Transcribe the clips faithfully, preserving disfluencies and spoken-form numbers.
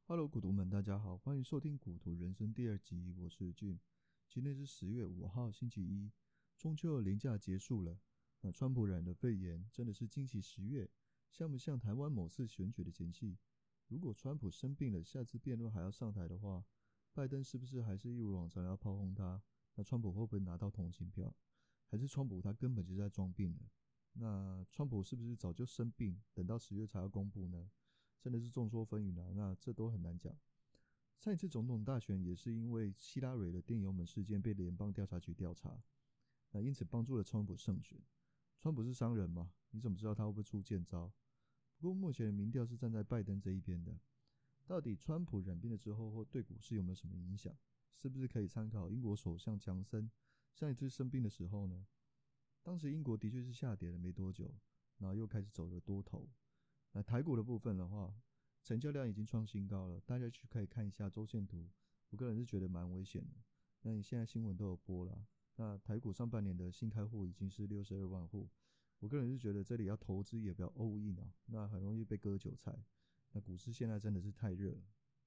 Hello，股徒们，大家好，欢迎收听股徒人生第二集，我是 Jim。今天是十月五号，星期一，中秋连假结束了。那川普染的肺炎真的是惊喜十月，像不像台湾某次选举的前夕？如果川普生病了，下次辩论还要上台的话，拜登是不是还是一如往常要炮轰他？那川普会不会拿到同情票？还是川普他根本就在装病了？那川普是不是早就生病，等到十月才要公布呢？真的是众说纷纭啊，那这都很难讲。上一次总统大选也是因为希拉蕊的电邮门事件被联邦调查局调查，那因此帮助了川普胜选。川普是商人嘛，你怎么知道他会不会出剑招？不过目前的民调是站在拜登这一边的。到底川普染病了之后，或对股市有没有什么影响？是不是可以参考英国首相强森上一次生病的时候呢？当时英国的确是下跌了没多久，然后又开始走了多头。那台股的部分的话，成交量已经创新高了，大家去可以看一下周线图，我个人是觉得蛮危险的。那你现在新闻都有播了，那台股上半年的新开户已经是六十二万户，我个人是觉得这里要投资也不要 all in 啊，那很容易被割韭菜。那股市现在真的是太热了。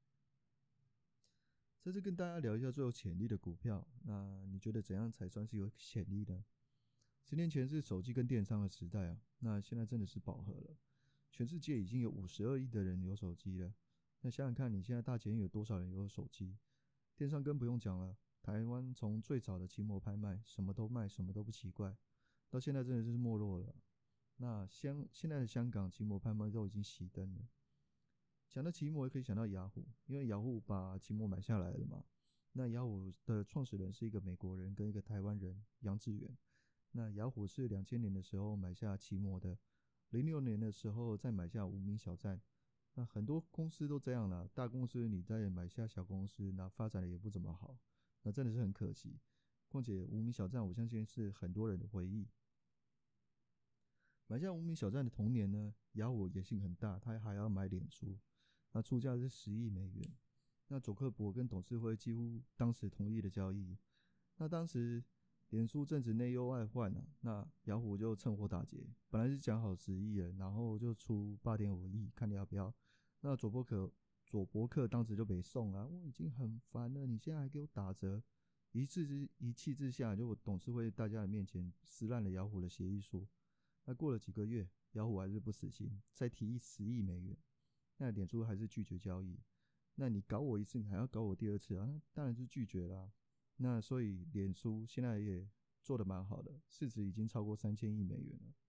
这次跟大家聊一下最有潜力的股票，那你觉得怎样才算是有潜力呢？十年前是手机跟电商的时代啊，那现在真的是饱和了。全世界已经有五十二亿的人有手机了，那想想看你现在大捷运有多少人有手机？电商更不用讲了，台湾从最早的期末拍卖，什么都卖，什么都不奇怪，到现在真的是没落了。那香现在的香港期末拍卖都已经熄灯了。讲到期末也可以想到雅虎，因为雅虎把期末买下来了嘛。那雅虎的创始人是一个美国人跟一个台湾人杨致远。那雅虎是两千年的时候买下期末的，零六年的时候再买下无名小站。那很多公司都这样啦，大公司你再买下小公司，那发展的也不怎么好，那真的是很可惜。况且无名小站我相信是很多人的回忆。买下无名小站的同年呢，雅虎野心很大，他还要买脸书，那出价是十亿美元。那佐克伯跟董事会几乎当时同意的交易。那当时脸书正值内忧外患啊，那雅虎就趁火打劫，本来是讲好十亿了，然后就出 八点五亿，看你要不要。那佐伯克佐伯克当时就被送啊，我已经很烦了，你现在还给我打折。一气之一气之下，就我董事会大家的面前撕烂了雅虎的协议书。那过了几个月，雅虎还是不死心，再提议十亿美元，那脸书还是拒绝交易。那你搞我一次，你还要搞我第二次啊？那当然是拒绝啦、啊。那所以脸书现在也做得蛮好的，市值已经超过三千亿美元了。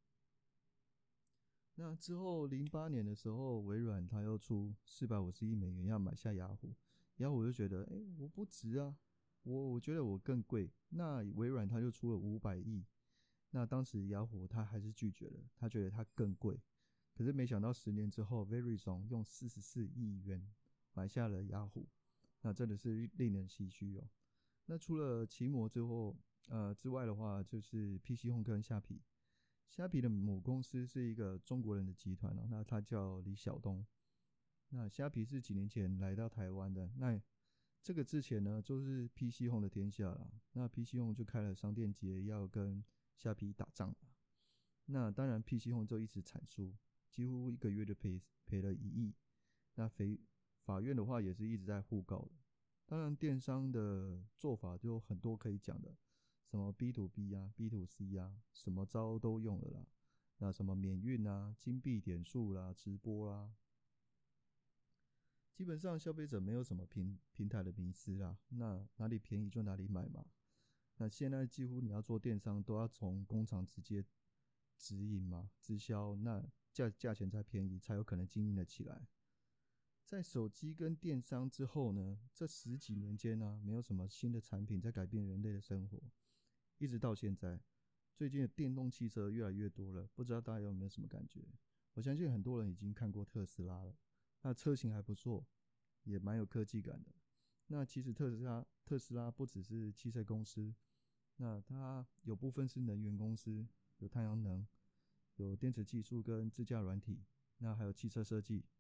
那之后零八年的时候，微软它又出四百五十亿美元要买下雅虎，雅虎就觉得诶我不值啊，我我觉得我更贵。那微软它就出了五百亿，那当时雅虎它还是拒绝了，他觉得它更贵。可是没想到十年之后 Verizon 用四十四亿元买下了雅虎，那真的是令人唏嘘哦。那除了奇摩之后，呃之外的话，就是 P C Home 跟虾皮。虾皮的母公司是一个中国人的集团哦，那他叫李晓东。那虾皮是几年前来到台湾的，那这个之前呢，就是 P C Home 的天下啦。那 P C Home 就开了商店节，要跟虾皮打仗了。那当然 P C Home 就一直惨输，几乎一个月就赔赔了一亿。那法院的话也是一直在互告的。当然电商的做法就很多可以讲的，什么 B to B 啊 B to C 啊，什么招都用了啦。那什么免运啊，金币点数啦，直播啦，基本上消费者没有什么 平, 平台的迷思啦，那哪里便宜就哪里买嘛。那现在几乎你要做电商都要从工厂直接直营嘛，直销，那 价, 价钱才便宜，才有可能经营得起来。在手机跟电商之后呢，这十几年间呢、啊，没有什么新的产品在改变人类的生活，一直到现在。最近的电动汽车越来越多了，不知道大家有没有什么感觉？我相信很多人已经看过特斯拉了，那车型还不错，也蛮有科技感的。那其实特斯拉特斯拉不只是汽车公司，那它有部分是能源公司，有太阳能，有电池技术跟自驾软体，那还有汽车设计。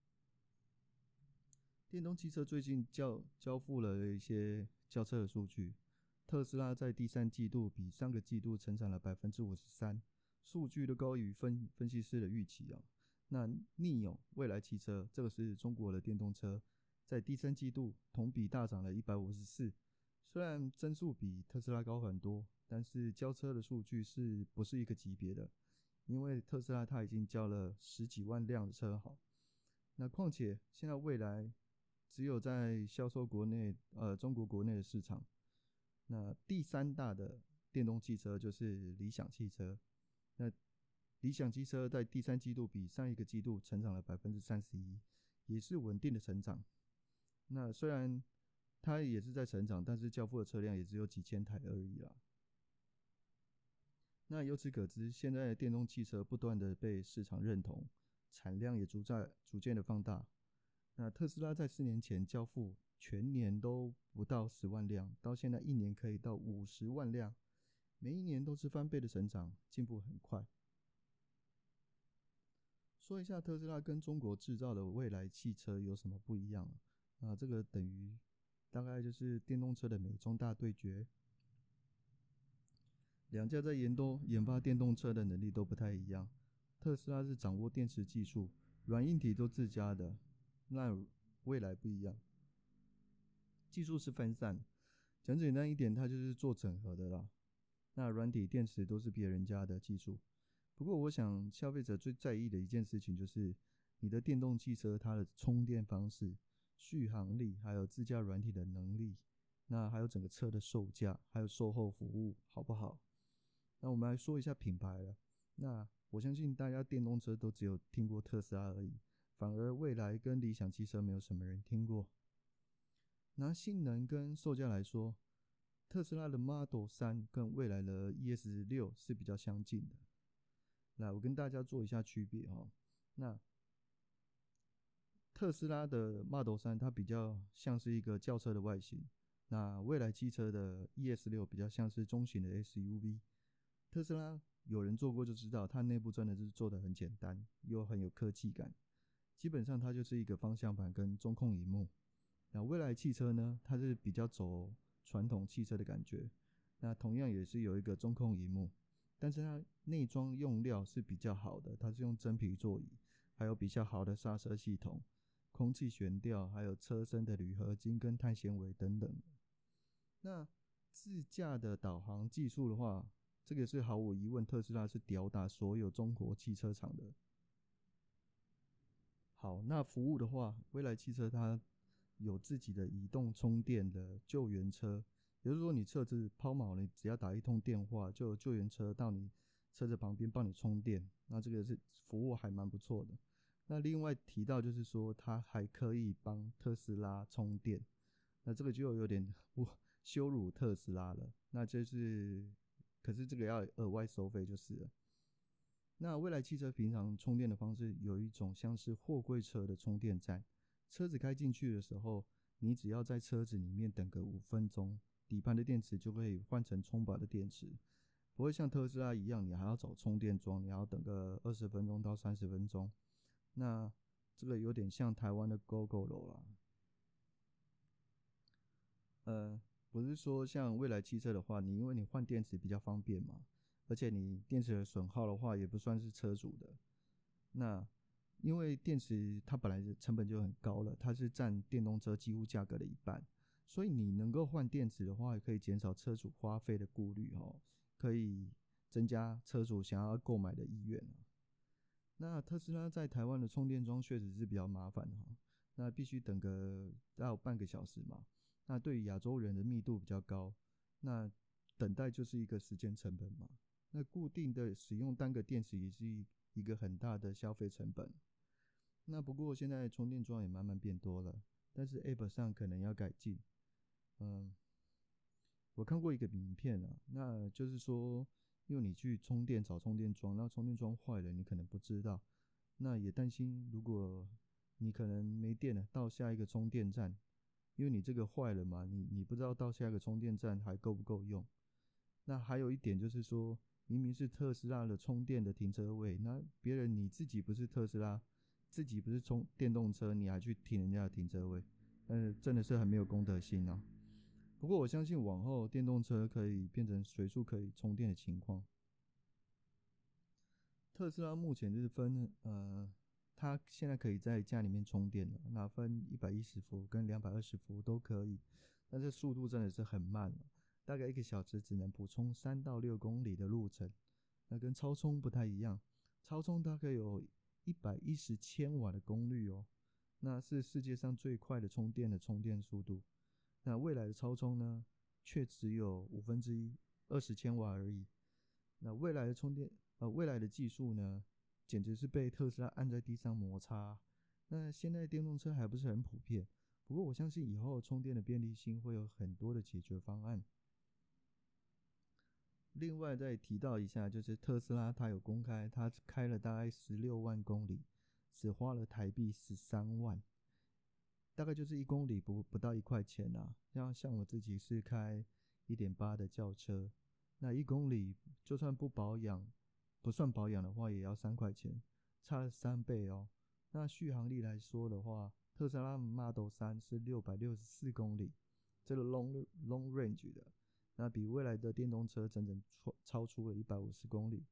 电动汽车最近交交付了一些交车的数据，特斯拉在第三季度比上个季度成长了 百分之五十三， 数据都高于分分析师的预期啊。 那 N I O 未来汽车，这个是中国的电动车，在第三季度同比大涨了一百五十四，虽然增速比特斯拉高很多，但是交车的数据是不是一个级别的？因为特斯拉它已经交了十几万辆的车好，那况且现在未来只有在销售国内呃中国国内的市场，那第三大的电动汽车就是理想汽车，那理想汽车在第三季度比上一个季度成长了 百分之三十一， 也是稳定的成长。那虽然它也是在成长，但是交付的车辆也只有几千台而已啦。那由此可知，现在的电动汽车不断的被市场认同，产量也逐在逐渐的放大。那特斯拉在四年前交付全年都不到十万辆，到现在一年可以到五十万辆，每一年都是翻倍的成长，进步很快。说一下特斯拉跟中国制造的未来汽车有什么不一样啊？这个等于大概就是电动车的美中大对决。两家在研都研发电动车的能力都不太一样。特斯拉是掌握电池技术，软硬体都自家的，那未来不一样，技术是分散。讲简单一点，它就是做整合的啦。那软体电池都是别人家的技术。不过我想消费者最在意的一件事情就是你的电动汽车它的充电方式、续航力，还有自驾软体的能力，那还有整个车的售价，还有售后服务好不好？那我们来说一下品牌了。那我相信大家电动车都只有听过特斯拉而已，反而蔚来跟理想汽车没有什么人听过。拿性能跟售价来说，特斯拉的 Model 三跟蔚来的 E S 六是比较相近的。来，我跟大家做一下区别哈。那特斯拉的 Model 三它比较像是一个轿车的外形，那蔚来汽车的 E S 六比较像是中型的 S U V。特斯拉有人做过就知道，它内部真的是做的很简单，又很有科技感。基本上它就是一个方向盘跟中控萤幕。那蔚来汽车呢，它是比较走传统汽车的感觉，那同样也是有一个中控萤幕，但是它内装用料是比较好的，它是用真皮座椅，还有比较好的刹车系统、空气悬吊，还有车身的铝合金跟碳纤维等等。那自驾的导航技术的话，这个是毫无疑问，特斯拉是吊打所有中国汽车厂的。好，那服务的话，蔚来汽车它有自己的移动充电的救援车，也就是说你车子抛锚了，你只要打一通电话，就有救援车到你车子旁边帮你充电，那这个是服务还蛮不错的。那另外提到就是说，它还可以帮特斯拉充电，那这个就有点羞辱特斯拉了。那就是，可是这个要额外收费就是了。那蔚来汽车平常充电的方式有一种像是货柜车的充电站，车子开进去的时候，你只要在车子里面等个五分钟，底盘的电池就可以换成充饱的电池，不会像特斯拉一样，你还要找充电桩，你还要等个二十分钟到三十分钟。那这个有点像台湾的 Gogoro 啦。呃，不是说像蔚来汽车的话，你因为你换电池比较方便嘛，而且你电池的损耗的话也不算是车主的。那因为电池它本来的成本就很高了，它是占电动车几乎价格的一半，所以你能够换电池的话，也可以减少车主花费的顾虑哦，可以增加车主想要购买的意愿。那特斯拉在台湾的充电桩确实是比较麻烦哈，那必须等个到半个小时嘛。那对于亚洲人的密度比较高，那等待就是一个时间成本嘛。那固定的使用单个电池也是一个很大的消费成本。那不过现在充电桩也慢慢变多了，但是 App 上可能要改进。嗯，我看过一个影片啊，那就是说，因为你去充电找充电桩，然后充电桩坏了，你可能不知道，那也担心如果你可能没电了，到下一个充电站，因为你这个坏了嘛，你你不知道到下一个充电站还够不够用。那还有一点就是说，明明是特斯拉的充电的停车位，那别人你自己不是特斯拉，自己不是充电动车，你还去停人家的停车位，呃，真的是很没有公德心啊。不过我相信往后电动车可以变成随处可以充电的情况。特斯拉目前就是分呃它现在可以在家里面充电了，那分一百一十伏跟两百二十伏都可以，但是速度真的是很慢了，大概一个小时只能补充三到六公里的路程。那跟超充不太一样，超充大概有一百一十千瓦的功率哦，那是世界上最快的充电的充电速度。那未来的超充呢，却只有五分之一，二十千瓦而已。那未来的充电，呃，未来的技术呢，简直是被特斯拉按在地上摩擦。那现在电动车还不是很普遍，不过我相信以后充电的便利性会有很多的解决方案。另外再提到一下，就是特斯拉它有公开，它开了大概十六万公里，只花了台币十三万，大概就是一公里不不到一块钱啊。像像我自己是开 一点八 的轿车，那一公里就算不保养，不算保养的话，也要三块钱，差了三倍哦。那续航力来说的话，特斯拉 Model 三是六百六十四公里，这个 long long range 的。那比未来的电动车整整超出了一百五十公里。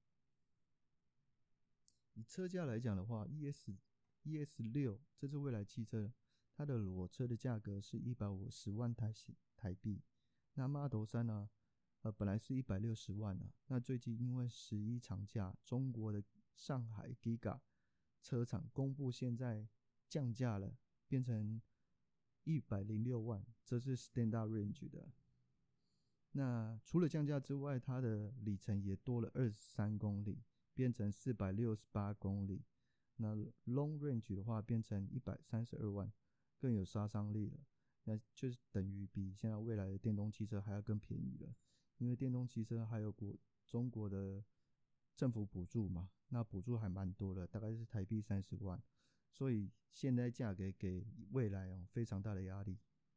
以车价来讲的话 ，E S E S 六这是未来汽车，它的裸车的价格是一百五十万台台币。那 Model 三呢，呃，本来是一百六十万啊。那最近因为十一长假，中国的上海 Giga 车厂公布现在降价了，变成一百零六万，这是 Standard Range 的。那除了降价之外，它的里程也多了二十三公里，变成四百六十八公里。那 long range 的话变成一百三十二万，更有杀伤力了。那就是等于比现在未来的电动汽车还要更便宜了，因为电动汽车还有国中国的政府补助嘛，那补助还蛮多的，大概是台币三十万，所以现在价格给未来哦非常大的压力。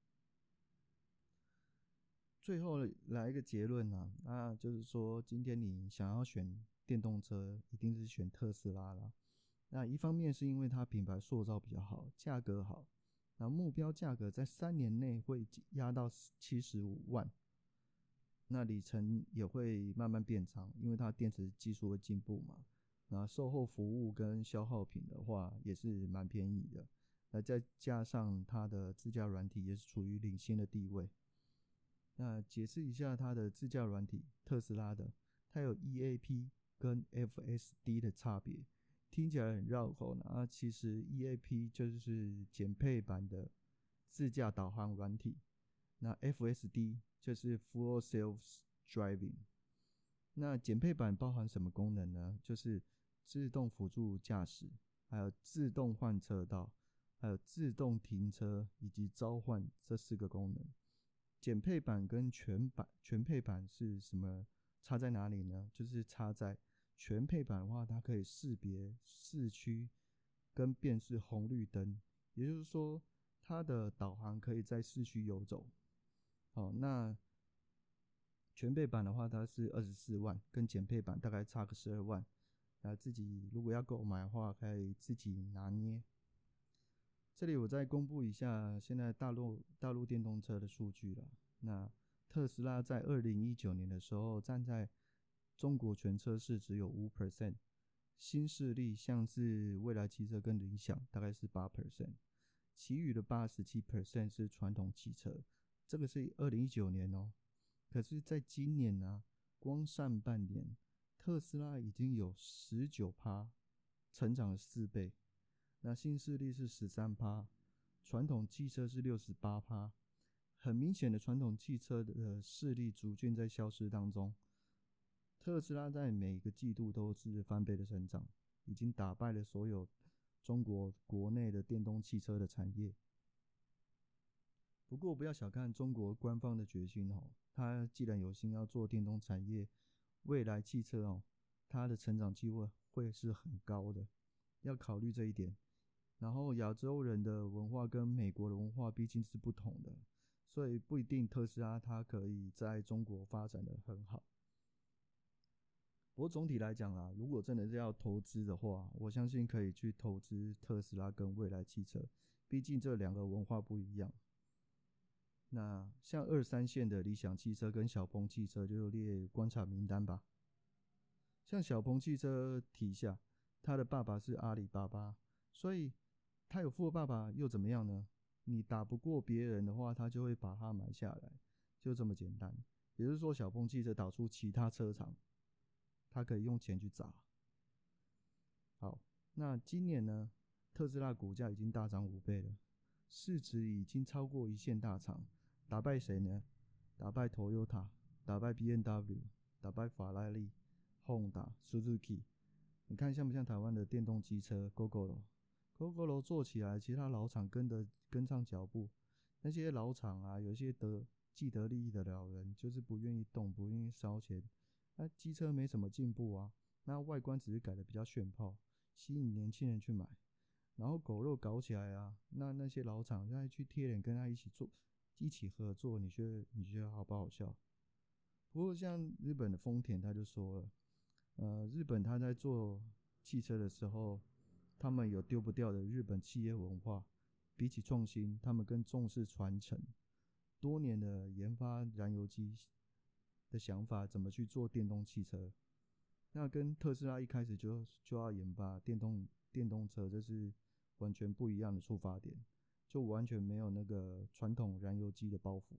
最后来一个结论啊，那就是说，今天你想要选电动车，一定是选特斯拉啦。那一方面是因为它品牌塑造比较好，价格好，那目标价格在三年内会压到七十五万，那里程也会慢慢变长，因为它电池技术会进步嘛。那售后服务跟消耗品的话也是蛮便宜的，那再加上它的自驾软体也是处于领先的地位。那解释一下它的自驾软体，特斯拉的，它有 E A P 跟 F S D 的差别，听起来很绕口呢。啊，其实 E A P 就是减配版的自驾导航软体，那 F S D 就是 Full Self Driving。那减配版包含什么功能呢？就是自动辅助驾驶，还有自动换车道，还有自动停车以及召唤这四个功能。减配版跟全版全配版是什么差在哪里呢？就是差在全配版的话，它可以识别市区跟辨识红绿灯，也就是说它的导航可以在市区游走。好，那全配版的话，它是二十四万，跟减配版大概差个十二万。那自己如果要购买的话，可以自己拿捏。这里我再公布一下现在大陆大陆电动车的数据了。那特斯拉在二零一九年的时候，占在中国全车市只有 百分之五， 新势力像是蔚来汽车跟理想大概是 百分之八， 其余的 百分之八十七 是传统汽车。这个是二零一九年哦。可是在今年啊，光上半年特斯拉已经有 百分之十九， 成长了四倍。那新势力是 百分之十三， 传统汽车是 百分之六十八， 很明显的传统汽车的势力逐渐在消失当中。特斯拉在每个季度都是翻倍的成长，已经打败了所有中国国内的电动汽车的产业。不过不要小看中国官方的决心哦，它既然有心要做电动产业，未来汽车哦，它的成长机会会是很高的，要考虑这一点。然后亚洲人的文化跟美国的文化毕竟是不同的，所以不一定特斯拉它可以在中国发展的很好。不过总体来讲啦，如果真的是要投资的话，我相信可以去投资特斯拉跟蔚来汽车，毕竟这两个文化不一样。那像二三线的理想汽车跟小鹏汽车就列观察名单吧。像小鹏汽车提下，他的爸爸是阿里巴巴， 所以他有富爸爸又怎么样呢？你打不过别人的话，他就会把它买下来，就这么简单。也就是说，小鹏汽车打出其他车厂，他可以用钱去砸。好，那今年呢，特斯拉股价已经大涨五倍了，市值已经超过一线大厂，打败谁呢？打败 Toyota， 打败 B M W， 打败法拉利、Honda、Suzuki。你看像不像台湾的电动机车 Gogoro？Gogoro 做起来，其他老厂跟得跟上脚步。那些老厂啊，有一些得既得利益的老人，就是不愿意动，不愿意烧钱。那机车没什么进步啊，那外观只是改的比较炫炮，吸引年轻人去买。然后狗肉搞起来啊，那那些老厂再去贴脸跟他一起做，一起合作，你觉得你觉得好不好笑？不过像日本的丰田他就说了，呃，日本他在做汽车的时候，他们有丢不掉的日本企业文化，比起创新，他们更重视传承。多年的研发燃油机的想法，怎么去做电动汽车？那跟特斯拉一开始就就要研发电动电动车，这是完全不一样的出发点，就完全没有那个传统燃油机的包袱。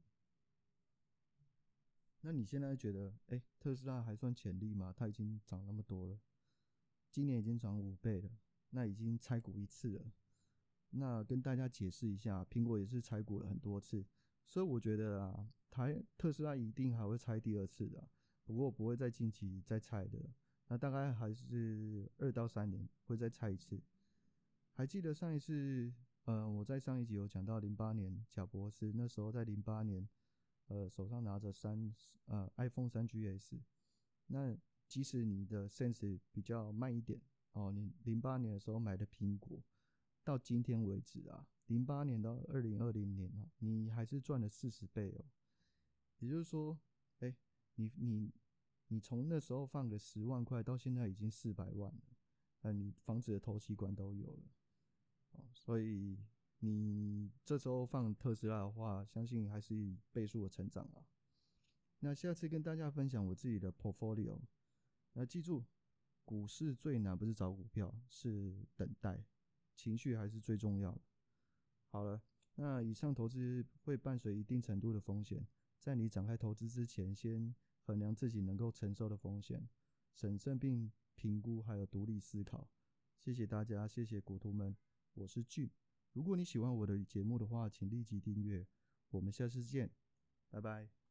那你现在觉得，哎、欸，特斯拉还算潜力吗？它已经涨那么多了，今年已经涨五倍了，那已经拆股一次了。那跟大家解释一下，苹果也是拆股了很多次，所以我觉得啊，台特斯拉一定还会拆第二次的、啊，不过不会在近期再拆的。那大概还是二到三年会再拆一次。还记得上一次，呃，我在上一集有讲到零八年贾博士那时候在零八年，呃，手上拿着三呃 iPhone 三 G S， 那即使你的 sense 比较慢一点哦，你零八年的时候买的苹果，到今天为止啊，零八年到二零二零年啊，你还是赚了四十倍哦。也就是说，哎、欸，你你你从那时候放个十万块，到现在已经四百万了，那你房子的头期款都有了，哦，所以你这时候放特斯拉的话，相信还是倍数的成长啊。那下次跟大家分享我自己的 portfolio， 那记住，股市最难不是找股票，是等待，情绪还是最重要的。好了，那以上投资会伴随一定程度的风险，在你展开投资之前，先衡量自己能够承受的风险，审慎并评估，还有独立思考。谢谢大家，谢谢股徒们，我是俊。如果你喜欢我的节目的话，请立即订阅。我们下次见，拜拜。